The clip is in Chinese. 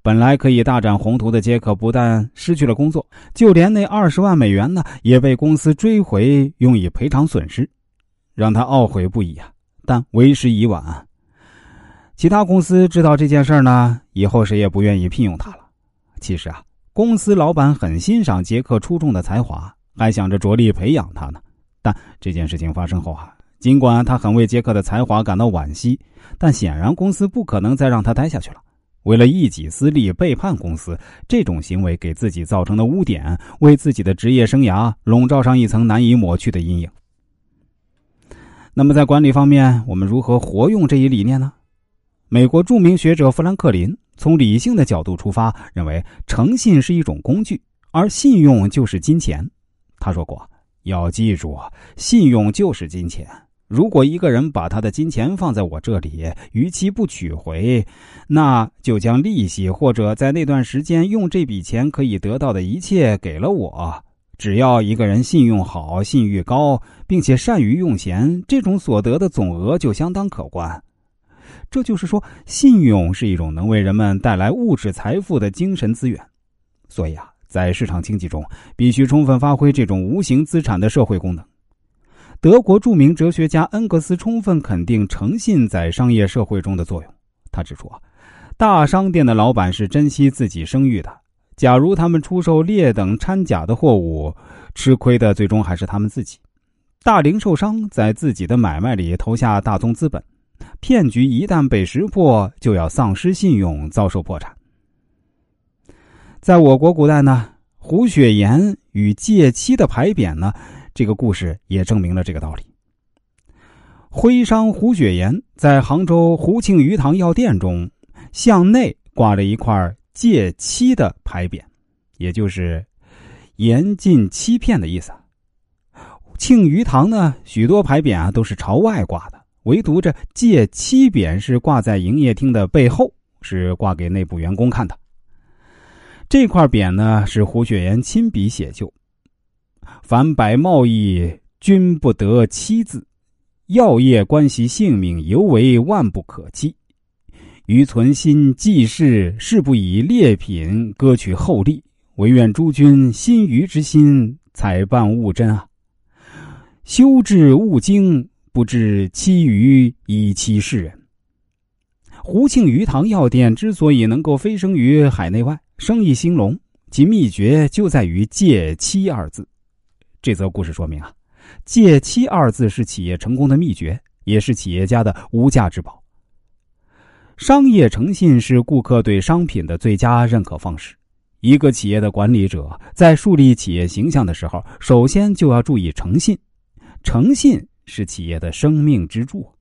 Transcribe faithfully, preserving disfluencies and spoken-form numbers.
本来可以大展宏图的杰克不但失去了工作，就连那二十万美元呢也被公司追回，用以赔偿损失，让他懊悔不已啊！但为时已晚。其他公司知道这件事呢，以后谁也不愿意聘用他了。其实啊，公司老板很欣赏杰克出众的才华，还想着着力培养他呢。但这件事情发生后啊，尽管他很为杰克的才华感到惋惜，但显然公司不可能再让他待下去了。为了一己私利背叛公司，这种行为给自己造成的污点，为自己的职业生涯笼罩上一层难以抹去的阴影。那么在管理方面，我们如何活用这一理念呢？美国著名学者富兰克林从理性的角度出发，认为诚信是一种工具，而信用就是金钱。他说过，要记住，信用就是金钱。如果一个人把他的金钱放在我这里，逾期不取回，那就将利息或者在那段时间用这笔钱可以得到的一切给了我。只要一个人信用好、信誉高，并且善于用钱，这种所得的总额就相当可观。这就是说，信用是一种能为人们带来物质财富的精神资源。所以啊，在市场经济中，必须充分发挥这种无形资产的社会功能。德国著名哲学家恩格斯充分肯定诚信在商业社会中的作用。他指出啊，大商店的老板是珍惜自己声誉的，假如他们出售劣等掺假的货物，吃亏的最终还是他们自己。大零售商在自己的买卖里投下大宗资本，骗局一旦被识破，就要丧失信用，遭受破产。在我国古代呢，胡雪岩与借期的牌匾呢，这个故事也证明了这个道理。徽商胡雪岩在杭州胡庆余堂药店中，向内挂了一块借期的牌匾，也就是严禁欺骗的意思。庆余堂呢，许多牌匾啊都是朝外挂的，唯独这借期匾是挂在营业厅的背后，是挂给内部员工看的。这块匾呢，是胡雪岩亲笔写就。凡百贸易均不得期字，药业关系性命尤为万不可期。余存心济世，誓不以劣品割取厚利，唯愿诸君心余之心，采办务真啊！修治务精，不致欺于以欺世人。胡庆余堂药店之所以能够飞升于海内外，生意兴隆，其秘诀就在于借期二字。这则故事说明啊，借期二字是企业成功的秘诀，也是企业家的无价之宝。商业诚信是顾客对商品的最佳认可方式。一个企业的管理者在树立企业形象的时候，首先就要注意诚信。诚信是企业的生命支柱。